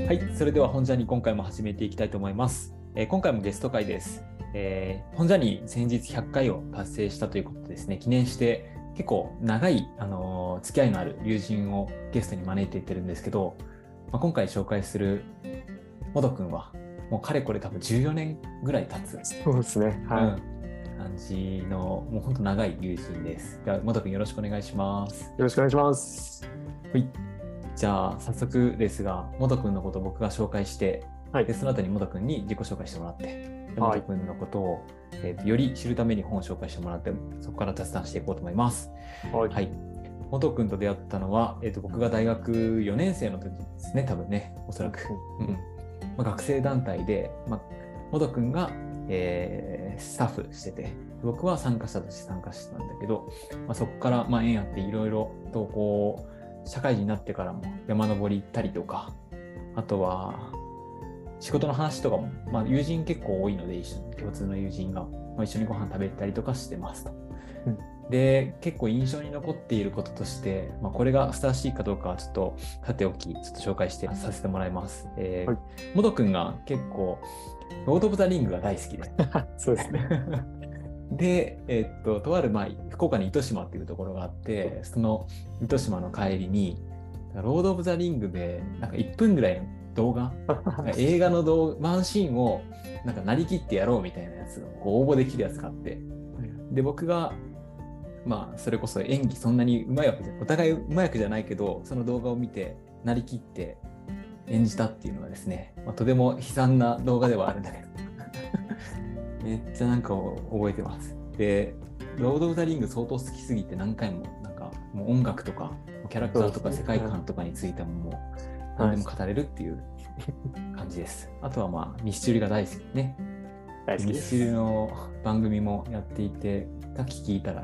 はい、それでは本ジャーニー今回も始めていきたいと思います。今回もゲスト会です。本ジャーニー先日100回を達成したということでですね、記念して結構長い、付き合いのある友人をゲストに招いていってるんですけど、今回紹介するモド君はもうかれこれ多分14年ぐらい経つ。 そうですね。はい。 感じのもう本当長い友人です。ではモド君よろしくお願いします。 よろしくお願いします。 はい。じゃあ早速ですが、モド君のことを僕が紹介して、でその後にモド君に自己紹介してもらって、モド君のことを、より知るために本を紹介してもらって、そこから雑談していこうと思います。はい。モド君と出会ったのは、僕が大学4年生の時ですね、多分ね、おそらく。学生団体で、モド君が、スタッフしてて、僕は参加者として参加してたんだけど、そこから縁あっていろいろとこう、社会人になってからも山登り行ったりとか、あとは仕事の話とかも、友人結構多いので、一緒に共通の友人が、一緒にご飯食べたりとかしてますと。で、結構印象に残っていることとして、これがふさわしいかどうかはちょっとさておき、ちょっと紹介してさせてもらいます。モド君が結構、ロード・オブ・ザ・リングが大好きで。 そうですね。 で、とある福岡に糸島っていうところがあって、その糸島の帰りに、ロード・オブ・ザ・リングでなんか1分ぐらいの動画、映画のワンシーンをなんかなりきってやろうみたいなやつをこう応募できるやつがあって、で、僕が、それこそ演技そんなにうまいわけじゃ、お互いうまいわけじゃないけど、その動画を見てなりきって演じたっていうのがですね、とても悲惨な動画ではあるんだけど、めっちゃなんか覚えてます。で、ロード・オブ・ザ・リング相当好きすぎて何回もなんかもう音楽とかキャラクターとか世界観とかについてももう何でも語れるっていう感じです。あとはミスチルが大好きね。ミスチルの番組もやっていて、さっき聞いたら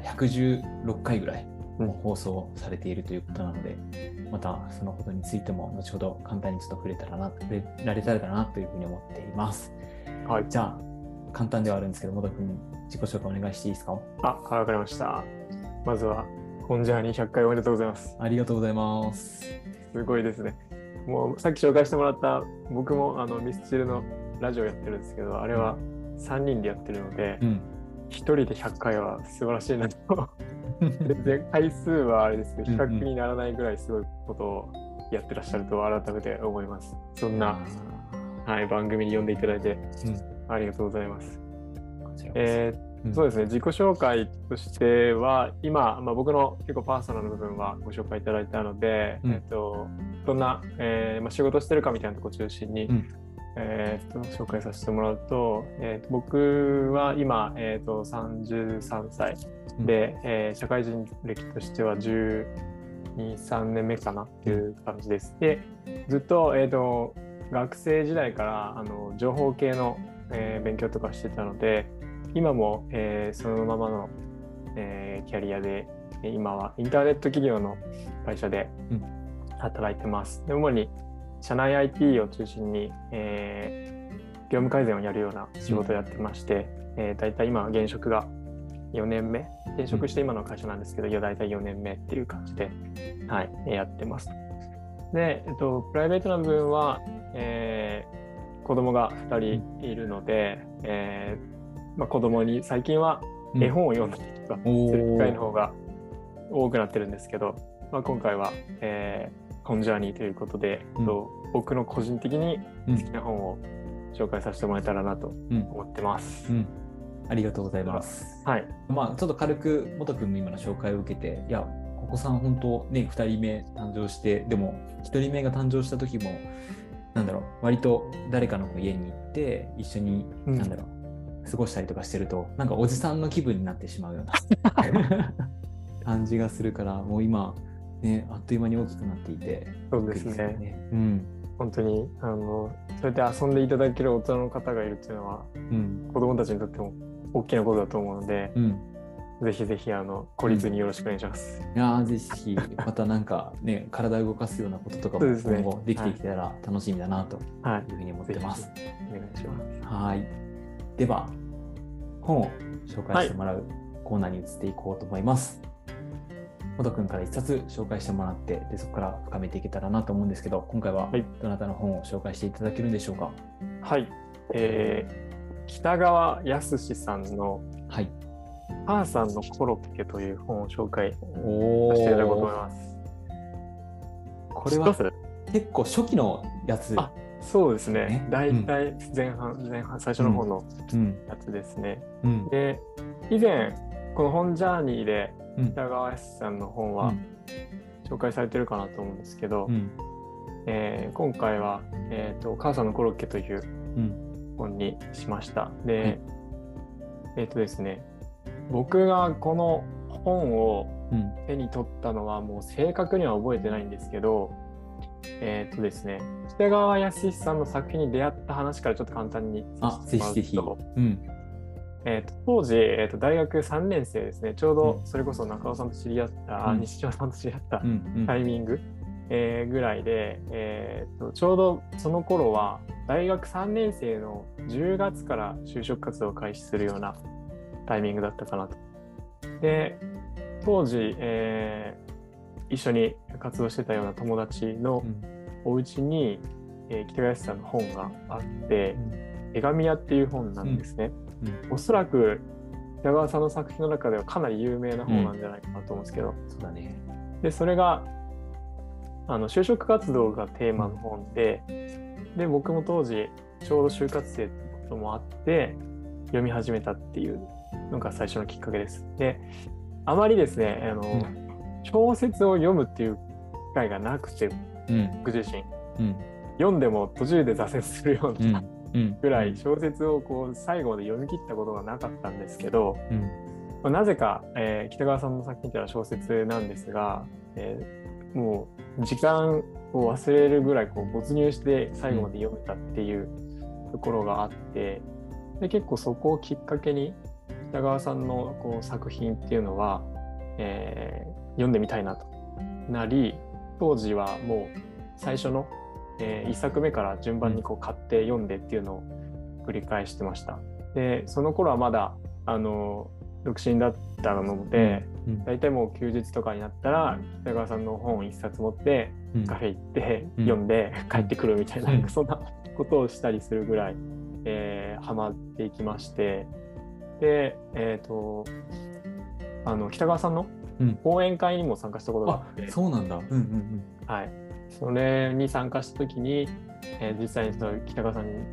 116回ぐらい放送されているということなので、またそのことについても後ほど簡単にちょっと触れられたらなというふうに思っています。はい、じゃあ簡単ではあるんですけど、モド君自己紹介お願いしていいですか？ わかりました。まずは本ジャーニー100回おめでとうございます。 ありがとうございます。 すごいですね。もうさっき紹介してもらった僕もミスチルのラジオやってるんですけど、あれは3人でやってるので、1人で100回は素晴らしいなと。全然回数はあれですけど、比較にならないぐらいすごいことをやってらっしゃると改めて思います。そんな、番組に呼んでいただいて、ありがとうございます。そうですね、自己紹介としては今、僕の結構パーソナルな部分はご紹介いただいたので、どんな、仕事してるかみたいなところを中心に、紹介させてもらうと、僕は今、33歳で、社会人歴としては12、3年目かなっていう感じです。で、ずっと、学生時代から情報系の、勉強とかしてたので、今も、そのままの、キャリアで今はインターネット企業の会社で働いてます。で、主に社内 IT を中心に、業務改善をやるような仕事をやってまして、だいたい今現職が4年目、転職して今の会社なんですけど、だいたい4年目っていう感じで、やってます。で、プライベートな部分は、子供が2人いるので、子供に最近は絵本を読んだりとかする機会の方が多くなってるんですけど、今回は、本ジャーニーということで、僕の個人的に好きな本を紹介させてもらえたらなと思ってます。 ありがとうございます。ちょっと軽くモト君の今の紹介を受けて、いや、お子さん本当ね、2人目誕生して、でも1人目が誕生した時も、割と誰かの家に行って一緒に、過ごしたりとかしてると、なんかおじさんの気分になってしまうような感じがするから、もう今、ね、あっという間に大きくなっていて。 そうですね。本当にそうやって遊んでいただける大人の方がいるっていうのは、子供たちにとっても大きなことだと思うので、ぜひぜひ孤立によろしくお願いします。 いやぜひまたなんかね体を動かすようなこととかも今後できていけたら楽しみだなというふうに思ってます。 お願いします。 はい。では本を紹介してもらうコーナーに移っていこうと思います。 ほどくんから一冊紹介してもらって、でそこから深めていけたらなと思うんですけど、今回はどなたの本を紹介していただけるんでしょうか。 はい、北川康さんの母さんのコロッケという本を紹介させていただこうと思います。 これは結構初期のやつ。 そうですね。だいたい前半最初の方のやつですね。で、以前この本ジャーニーで北川康さんの本は紹介されてるかなと思うんですけど、今回は、母さんのコロッケという本にしました。で、ですね、僕がこの本を手に取ったのはもう正確には覚えてないんですけど、ですね、北川康さんの作品に出会った話からちょっと簡単にぜひぜひ。 当時、大学3年生ですね、ちょうどそれこそ中尾さんと知り合った、西島さんと知り合ったタイミング、ぐらいで、ちょうどその頃は大学3年生の10月から就職活動を開始するようなタイミングだったかなと。で、当時、一緒に活動してたような友達のお家に、北川康さんの本があって、手紙屋っていう本なんですね。おそらく北川さんの作品の中ではかなり有名な本なんじゃないかなと思うんですけど、 そうだね。 でそれが就職活動がテーマの本で、僕も当時ちょうど就活生ってこともあって読み始めたっていうのが最初のきっかけです。で、あまりですね、小説を読むっていう機会がなくて、僕自身、読んでも途中で挫折するようなぐらい小説をこう最後まで読み切ったことがなかったんですけど、なぜか、北川さんの作品っていうのは小説なんですが、もう時間を忘れるぐらいこう没入して最後まで読めたっていうところがあって、で結構そこをきっかけに北川さんのこう作品っていうのは、読んでみたいなとなり、当時はもう最初の、1作目から順番にこう買って読んでっていうのを繰り返してました。でその頃はまだ独身だったので、だいたいもう休日とかになったら北川さんの本1冊持ってカフェ行って読んで帰ってくるみたいな、そんなことをしたりするぐらい、ハマっていきまして、で、北川さんの講演会にも参加したことがあって、 そうなんだ。 はい、それに参加した時に、実際にその北川さんに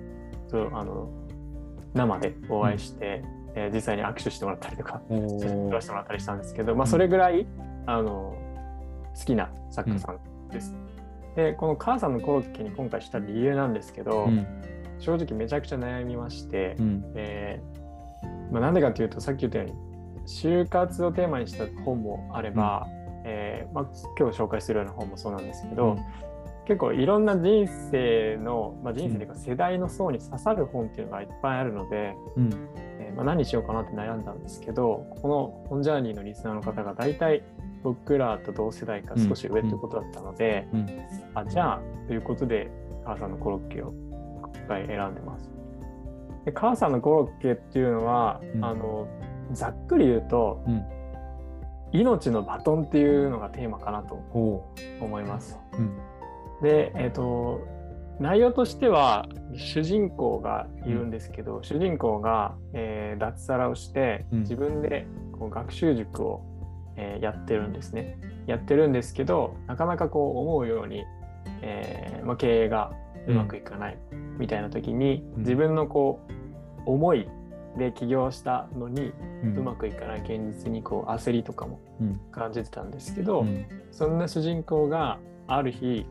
生でお会いして、実際に握手してもらったりとか写真撮らせてもらったりしたんですけど、それぐらい好きな作家さんです。でこの母さんのコロッケに今回した理由なんですけど、正直めちゃくちゃ悩みまして、なんでかというと、さっき言ったように就活をテーマにした本もあれば、今日紹介するような本もそうなんですけど、結構いろんな人生の、人生というか世代の層に刺さる本っていうのがいっぱいあるので、何にしようかなって悩んだんですけど、この本ジャーニーのリスナーの方が大体僕らと同世代か少し上ということだったので、じゃあということで母さんのコロッケを今回選んでます。で母さんのコロッケっていうのは、ざっくり言うと、命のバトンっていうのがテーマかなと思います。で、内容としては主人公がいるんですけど、主人公が、脱サラをして自分でこう学習塾を、やってるんですね。やってるんですけど、なかなかこう思うように、経営がうまくいかないみたいな時に、自分のこう思いで起業したのにうまくいかない現実にこう焦りとかも感じてたんですけど、そんな主人公がある日、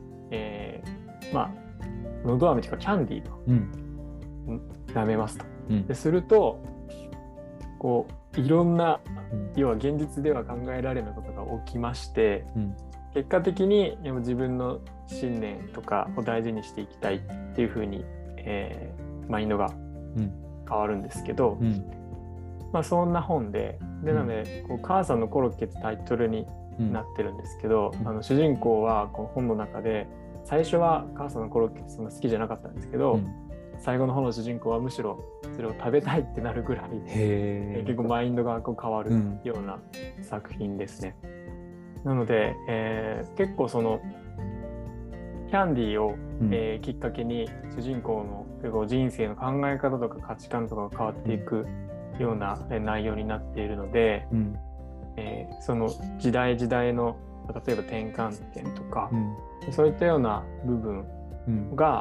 のど飴というかキャンディーと舐めますと。でするとこういろんな、要は現実では考えられないことが起きまして、結果的に自分の信念とかを大事にしていきたいっていうふうに、マインドが変わるんですけど、そんな本でなのでこう母さんのコロッケってタイトルになってるんですけど、主人公はこの本の中で最初は母さんのコロッケってそんな好きじゃなかったんですけど、最後の方の主人公はむしろそれを食べたいってなるぐらい結構マインドがこう変わるような作品ですね。 なので、結構そのキャンディーを、きっかけに主人公の結構人生の考え方とか価値観とかが変わっていくような内容になっているので、その時代時代の例えば転換点とか、そういったような部分が、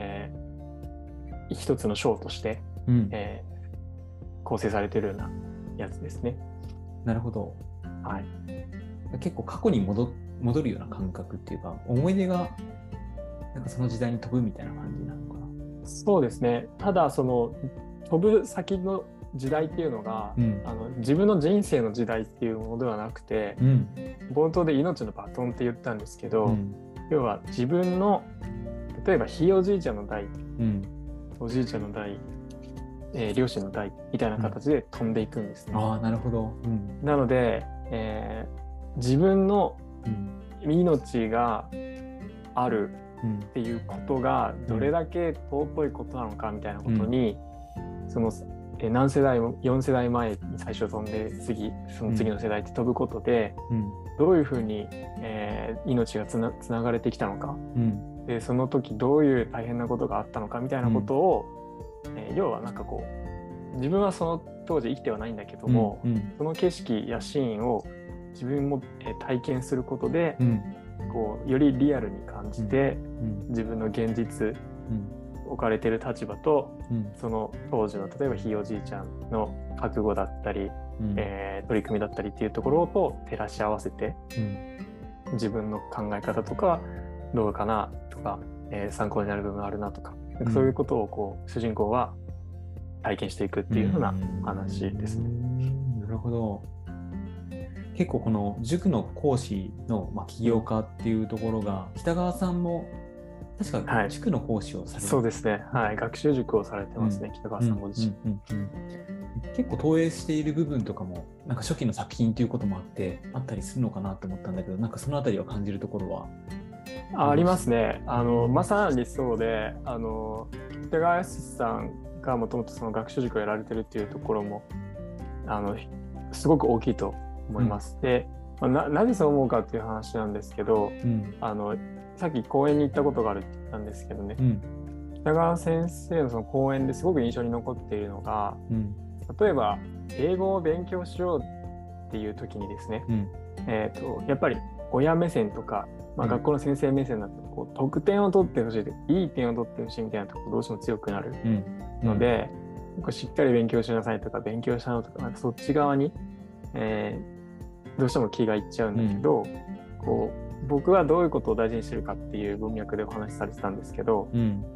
一つの章として、構成されているようなやつですね。 なるほど。 はい。 結構過去に戻るような感覚っていうか、思い出がなんかその時代に飛ぶみたいな感じなのかな。 そうですね。ただその飛ぶ先の時代っていうのが、自分の人生の時代っていうものではなくて、冒頭で命のバトンって言ったんですけど、要は自分の例えばひいおじいちゃんの代、おじいちゃんの代、両親の代みたいな形で飛んでいくんですね。 なるほど。 なので、自分の命があるっていうことがどれだけ尊いことなのかみたいなことに、その何世代も4世代前に最初飛んでその次の世代って飛ぶことで、どういうふうに、命がつながれてきたのか、でその時どういう大変なことがあったのかみたいなことを、要はなんかこう自分はその当時生きてはないんだけども、その景色やシーンを自分も体験することで、こうよりリアルに感じて、自分の現実、置かれている立場と、その当時の例えばひいおじいちゃんの覚悟だったり、取り組みだったりっていうところと照らし合わせて、自分の考え方とかどうかなとか、参考になる部分あるなとか、そういうことをこう主人公は体験していくっていうような話ですね。 なるほど。結構この塾の講師の起業家っていうところが、北川さんも確か塾の講師をされて、 そうですね。はい、学習塾をされてますね、北川さんご自身。 結構投影している部分とかもなんか初期の作品ということもあったりするのかなと思ったんだけど、なんかそのあたりは感じるところはありますね。まさにそうで、北川康さんがもともとその学習塾をやられてるっていうところもすごく大きいと思います。で、なぜそう思うかっていう話なんですけど、さっき講演に行ったことがあるって言ったんですけどね、北川先生のその講演ですごく印象に残っているのが、例えば英語を勉強しようっていう時にですね、やっぱり親目線とか、学校の先生目線だとこう得点を取ってほしい、いい点を取ってほしいみたいなところどうしても強くなるので、しっかり勉強しなさいとか勉強したのとか、なんかそっち側に、どうしても気がいっちゃうんだけど、こう僕はどういうことを大事にしてるかっていう文脈でお話しされてたんですけど、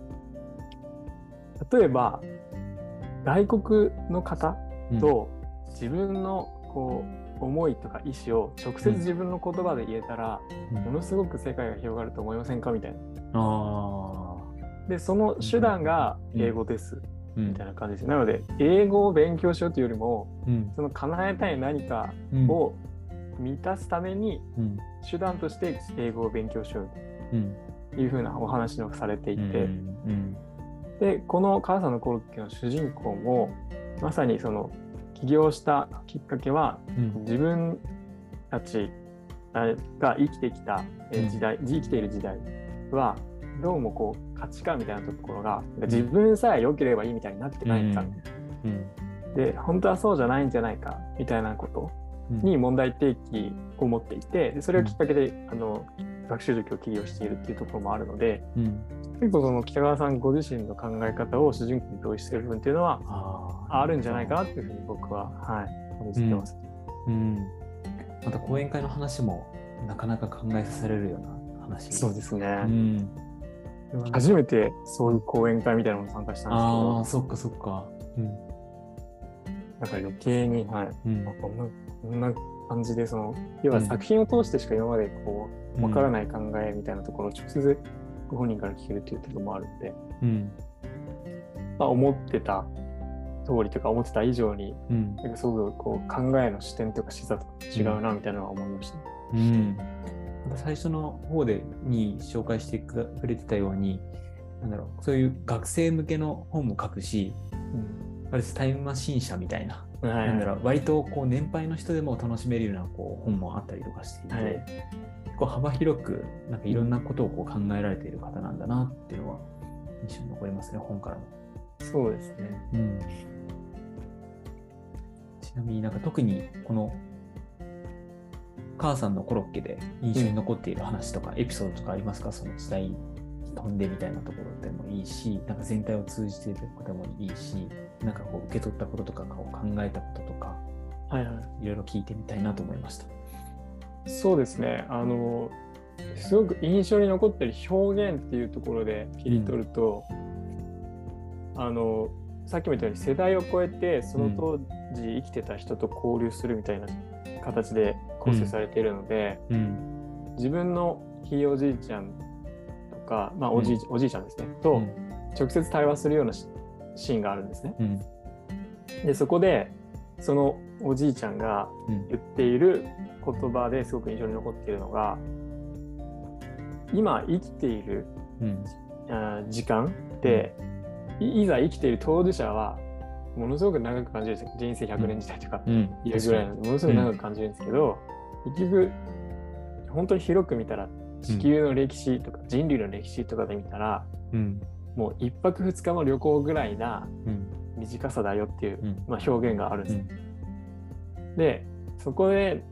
例えば外国の方と自分のこう思いとか意思を直接自分の言葉で言えたら、ものすごく世界が広がると思いませんかみたいな。でその手段が英語です、みたいな感じです。なので英語を勉強しようというよりも、その叶えたい何かを満たすために手段として英語を勉強しようというふうなお話をされていて、でこの母さんのコロッケの主人公もまさにその起業したきっかけは、自分たちが生きてきた時代、生きている時代はどうもこう価値観みたいなところが自分さえ良ければいいみたいになってないか、で本当はそうじゃないんじゃないかみたいなことに問題提起を持っていて、でそれをきっかけで学習塾を起業しているっていうところもあるので、結構その北川さんご自身の考え方を主人公に同意している部分っていうのはあるんじゃないかなっていうふうに僕は感じてます。 また講演会の話もなかなか考えさせられるような話。 そうですね。初めてそういう講演会みたいなのに参加したんですけど、 そっかそっか。 なんか余計に、こんな感じで要は作品を通してしか今までこう分からない考えみたいなところを直接ご本人から聞けるっていうところもあるので、思ってた通りというか思ってた以上に、なんかすごくこう考えの視点とか視座と違うなみたいなのは思いました。 最初の方に紹介してくれてたように、そういう学生向けの本も書くし、タイムマシン社みたいななんだろう、割とこう年配の人でも楽しめるようなこう本もあったりとかしていて、結構幅広くなんかいろんなことをこう考えられている方なんだなっていうのは印象に残りますね、本からも。 そうですね。 ちなみになんか特にこの母さんのコロッケで印象に残っている話とかエピソードとかありますか？その時代飛んでみたいなところでもいいし、なんか全体を通じていることでもいいし、なんかこう受け取ったこととかを考えたこととか、いろいろ聞いてみたいなと思いました。 そうですね。すごく印象に残っている表現っていうところで切り取ると、さっきも言ったように世代を超えてその当時生きてた人と交流するみたいな形で構成されているので、自分のひいおじいちゃんとか、おじいちゃんですね、と直接対話するようなシーンがあるんですね。でそこでそのおじいちゃんが言っている言葉ですごく印象に残っているのが、今生きている、時間っていざ生きている当事者はものすごく長く感じるんですよ。人生100年時代とかいるぐらいなのでものすごく長く感じるんですけど、結局本当に広く見たら地球の歴史とか人類の歴史とかで見たら、もう1泊2日の旅行ぐらいな短さだよっていう、表現があるんです。でそこで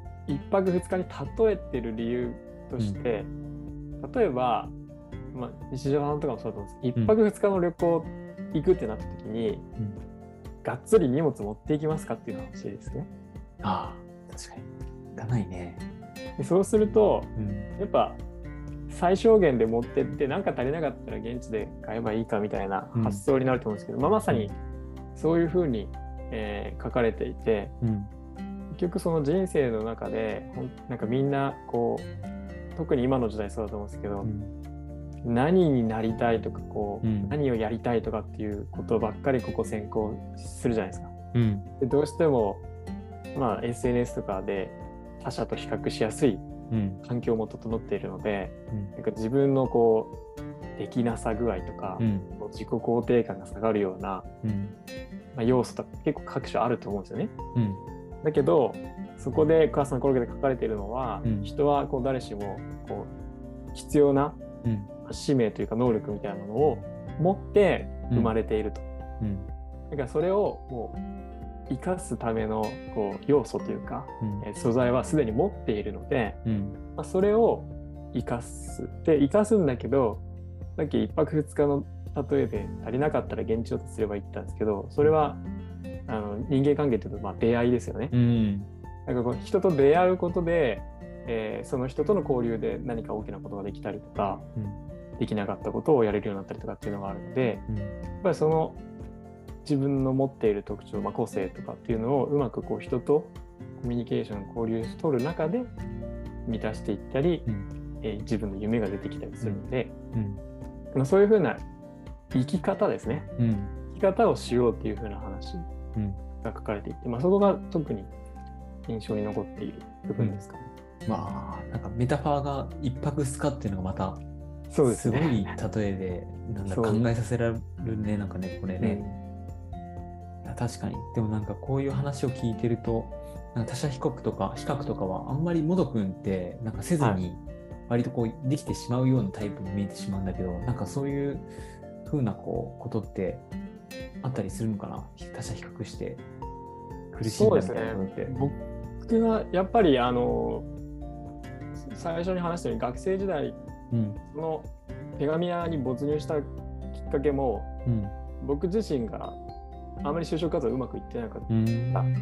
1泊2日に例えてる理由として、例えば、西島さんとかもそうだと思うんですけど、1泊2日の旅行行くってなった時に、がっつり荷物持っていきますかっていう話ですね。 ああ、確かに。いかないね。 でそうすると、やっぱ最小限で持ってって何か足りなかったら現地で買えばいいかみたいな発想になると思うんですけど、まさにそういうふうに、書かれていて、結局その人生の中でなんかみんなこう特に今の時代そうだと思うんですけど、何になりたいとか何をやりたいとかっていうことばっかりここ先行するじゃないですか。でどうしても、SNS とかで他者と比較しやすい環境も整っているので、なんか自分のこうできなさ具合とか、自己肯定感が下がるような、要素とか結構各種あると思うんですよね。だけどそこで母さんのコロッケで書かれているのは、人はこう誰しもこう必要な使命というか能力みたいなものを持って生まれていると。だからそれをもう生かすためのこう要素というか、素材はすでに持っているので、それを生かす。で生かすんだけど、さっき1泊2日の例えで足りなかったら現地調達すればいいって言ったんですけど、それは人間関係というと出会いですよね。なんかこう人と出会うことで、その人との交流で何か大きなことができたりとか、できなかったことをやれるようになったりとかっていうのがあるので、やっぱりその自分の持っている特徴、個性とかっていうのをうまくこう人とコミュニケーション交流を取る中で満たしていったり、自分の夢が出てきたりするので、そういうふうな生き方ですね、生き方をしようっていうふうな話が書かれていて、そこが特に印象に残っている部分ですかね。 なんかメタファーが一泊二日っていうのがまたそうですね、 すごい例えでなんだ考えさせられるね、なんかねこれね、確かに。でもなんかこういう話を聞いてると、なんか他者比較とかはあんまりモド君ってなんかせずに割とこうできてしまうようなタイプに見えてしまうんだけど、なんかそういう風なことってあったりするのかな、他者比較して苦しんだみたいなことって。 そうですね、僕はやっぱり最初に話したように学生時代、その手紙屋に没入したきっかけも、僕自身があまり就職活動うまくいってなかった。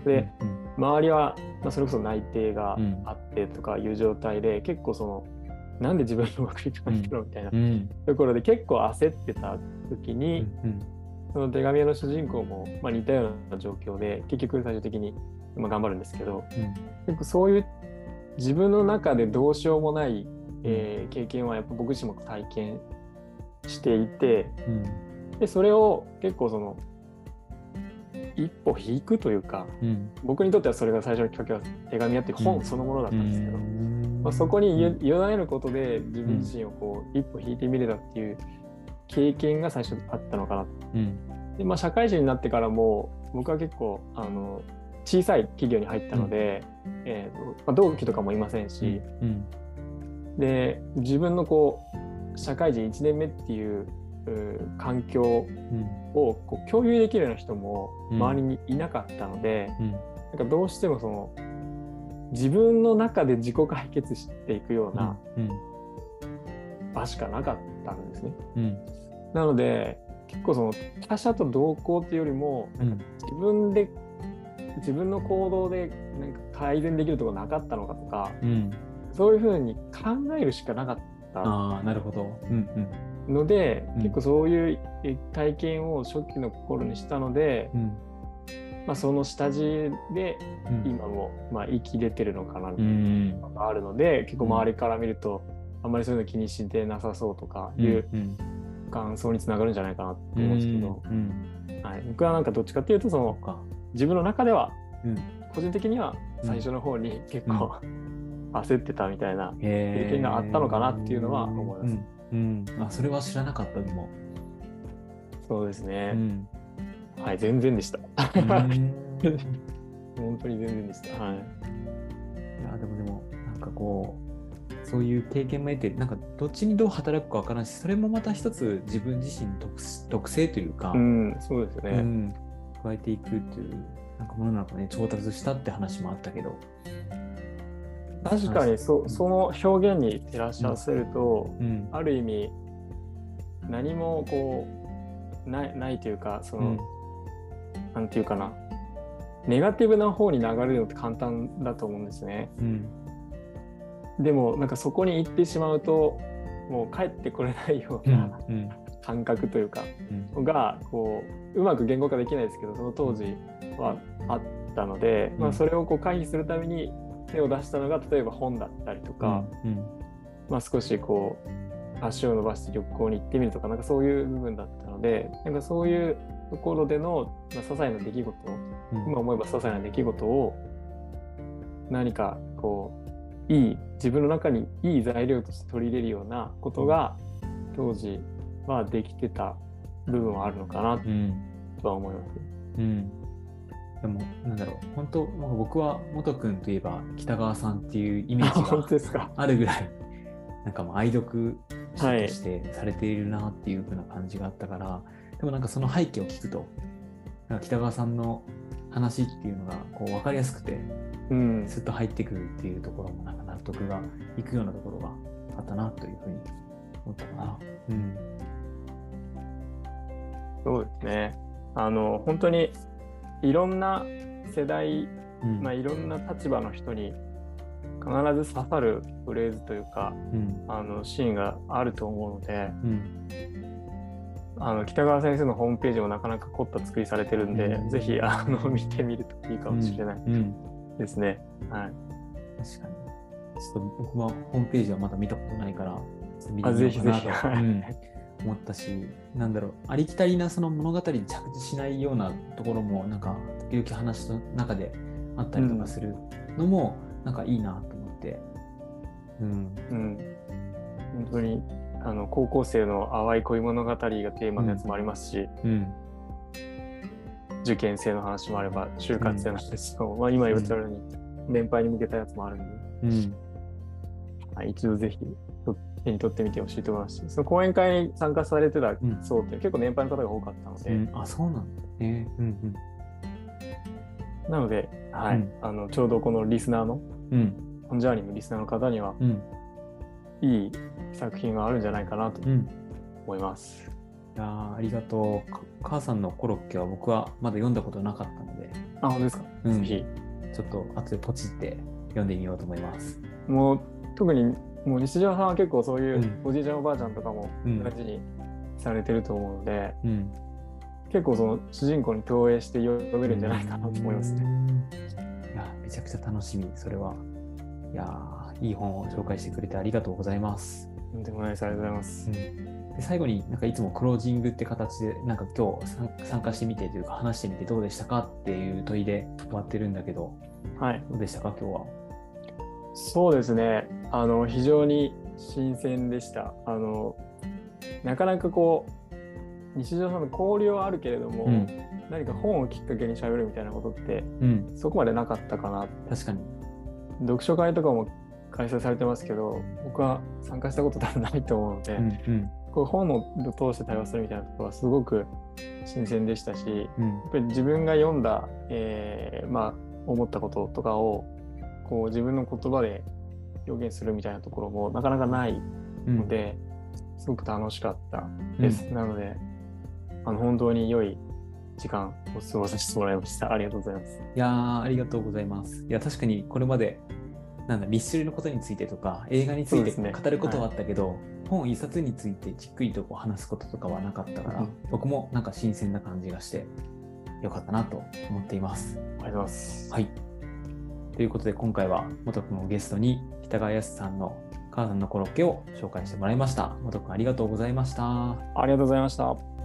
で、周りは、それこそ内定があってとかいう状態で、結構そのなんで自分のうまくいかないんだろうみたいなところで結構焦ってた時に、その手紙屋の主人公も似たような状況で結局最終的に頑張るんですけど、結構そういう自分の中でどうしようもない、経験はやっぱ僕自身も体験していて、でそれを結構その一歩引くというか、僕にとってはそれが最初のきっかけは手紙屋っていう本そのものだったんですけど、そこに委ねることで自分自身をこう一歩引いてみれたっていう経験が最初あったのかなで、社会人になってからも僕は結構小さい企業に入ったので、同期とかもいませんし、で自分の社会人1年目っていう環境を共有できるような人も周りにいなかったので、なんかどうしても自分の中で自己解決していくような場しかなかったんですね。なので結構他者と同行っていうよりも、なんか自分の行動でなんか改善できるところなかったのかとか、そういうふうに考えるしかなかったので、結構そういう体験を初期の頃にしたので、その下地で今も生きれてるのかなみたいなのがあるので、結構周りから見るとあんまりそういうの気にしてなさそうとかいう感想につながるんじゃないかなと思うんですけど、僕はなんかどっちかっていうと自分の中では個人的には最初の方に結構焦ってたみたいな経験があったのかなっていうのは思います。 それは知らなかったでも。 そうですね。はい、全然でした。本当に全然でした。いやでもなんかそういう経験も得て、なんかどっちにどう働くかわからないし、それもまた一つ自分自身の特性というか、 そうですね。 加えていくっていうなんかものなのかね、調達したって話もあったけど。 確かにその表現に照らし合わせると、ある意味何もないというか、なんていうかな、ネガティブな方に流れるのって簡単だと思うんですね。でもなんかそこに行ってしまうともう帰ってこれないような感覚というかがうまく言語化できないですけど、その当時はあったので、それを回避するために手を出したのが例えば本だったりとか、少し足を伸ばして旅行に行ってみるとか、なんかそういう部分だったので、なんかそういうところでの、些細な出来事、今思えば些細な出来事を何か自分の中にいい材料として取り入れるようなことが当時はできてた部分はあるのかなとは思います。 でもなんだろう、本当僕は元君といえば北川さんっていうイメージがあるぐらいなんか愛読者としてされているなっていう風な感じがあったから、でもなんかその背景を聞くとなんか北川さんの話っていうのが分かりやすくて、スッと入ってくるっていうところもなんか納得がいくようなところがあったなというふうに思ったかな。 そうですね。本当にいろんな世代、いろんな立場の人に必ず刺さるフレーズというか、シーンがあると思うので、北川先生のホームページもなかなか凝った作りされてるんで、ぜひ見てみるといいかもしれないですね。確かに。ちょっと僕はホームページはまだ見たことないから見てみようかなと思ったし、なんだろう、ありきたりなその物語に着地しないようなところもなんか時々話の中であったりとかするのもなんかいいなと思って、 本当に高校生の淡い恋物語がテーマのやつもありますし、受験生の話もあれば就活生の話も、今言ったように年配に向けたやつもあるんで、一度ぜひ手に取ってみてほしいと思いますし、その講演会に参加されてた層って結構年配の方が多かったので、 そうなんだね。 なので、ちょうどこのリスナーの、ホンジャーニーのリスナーの方には、いい作品があるんじゃないかなと思います。 いやありがとう。母さんのコロッケは僕はまだ読んだことなかったので。 本当ですか？ぜひ。 ちょっと後でポチって読んでみようと思います。 もう特にもう西島さんは結構そういうおじいちゃんおばあちゃんとかも大事にされてると思うので、結構その主人公に投影して読めるんじゃないかなと思いますね。 いやめちゃくちゃ楽しみ、それは。いやいい本を紹介してくれてありがとうございます。 とんでもないです。ありがとうございます。 で最後になんかいつもクロージングって形でなんか今日参加してみてというか話してみてどうでしたかっていう問いで終わってるんだけど、どうでしたか今日は？ そうですね。非常に新鮮でした。なかなか日常の交流はあるけれども、何か本をきっかけに喋るみたいなことって、そこまでなかったかな。 確かに。 読書会とかも開催されてますけど、僕は参加したこと多分ないと思うので、こう本を通して対話するみたいなところはすごく新鮮でしたし、やっぱり自分が読んだ、思ったこととかをこう自分の言葉で表現するみたいなところもなかなかないので、すごく楽しかったです。なので本当に良い時間を過ごさせてもらいました。ありがとうございます。 いやありがとうございます。いや確かにこれまでミスチルのことについてとか映画について語ることはあったけど、本一冊についてじっくりとこう話すこととかはなかったから、僕もなんか新鮮な感じがしてよかったなと思っています。 ありがとうございます。 はい。ということで今回は元くんをゲストに北川康さんの母さんのコロッケを紹介してもらいました。元くんありがとうございました。 ありがとうございました。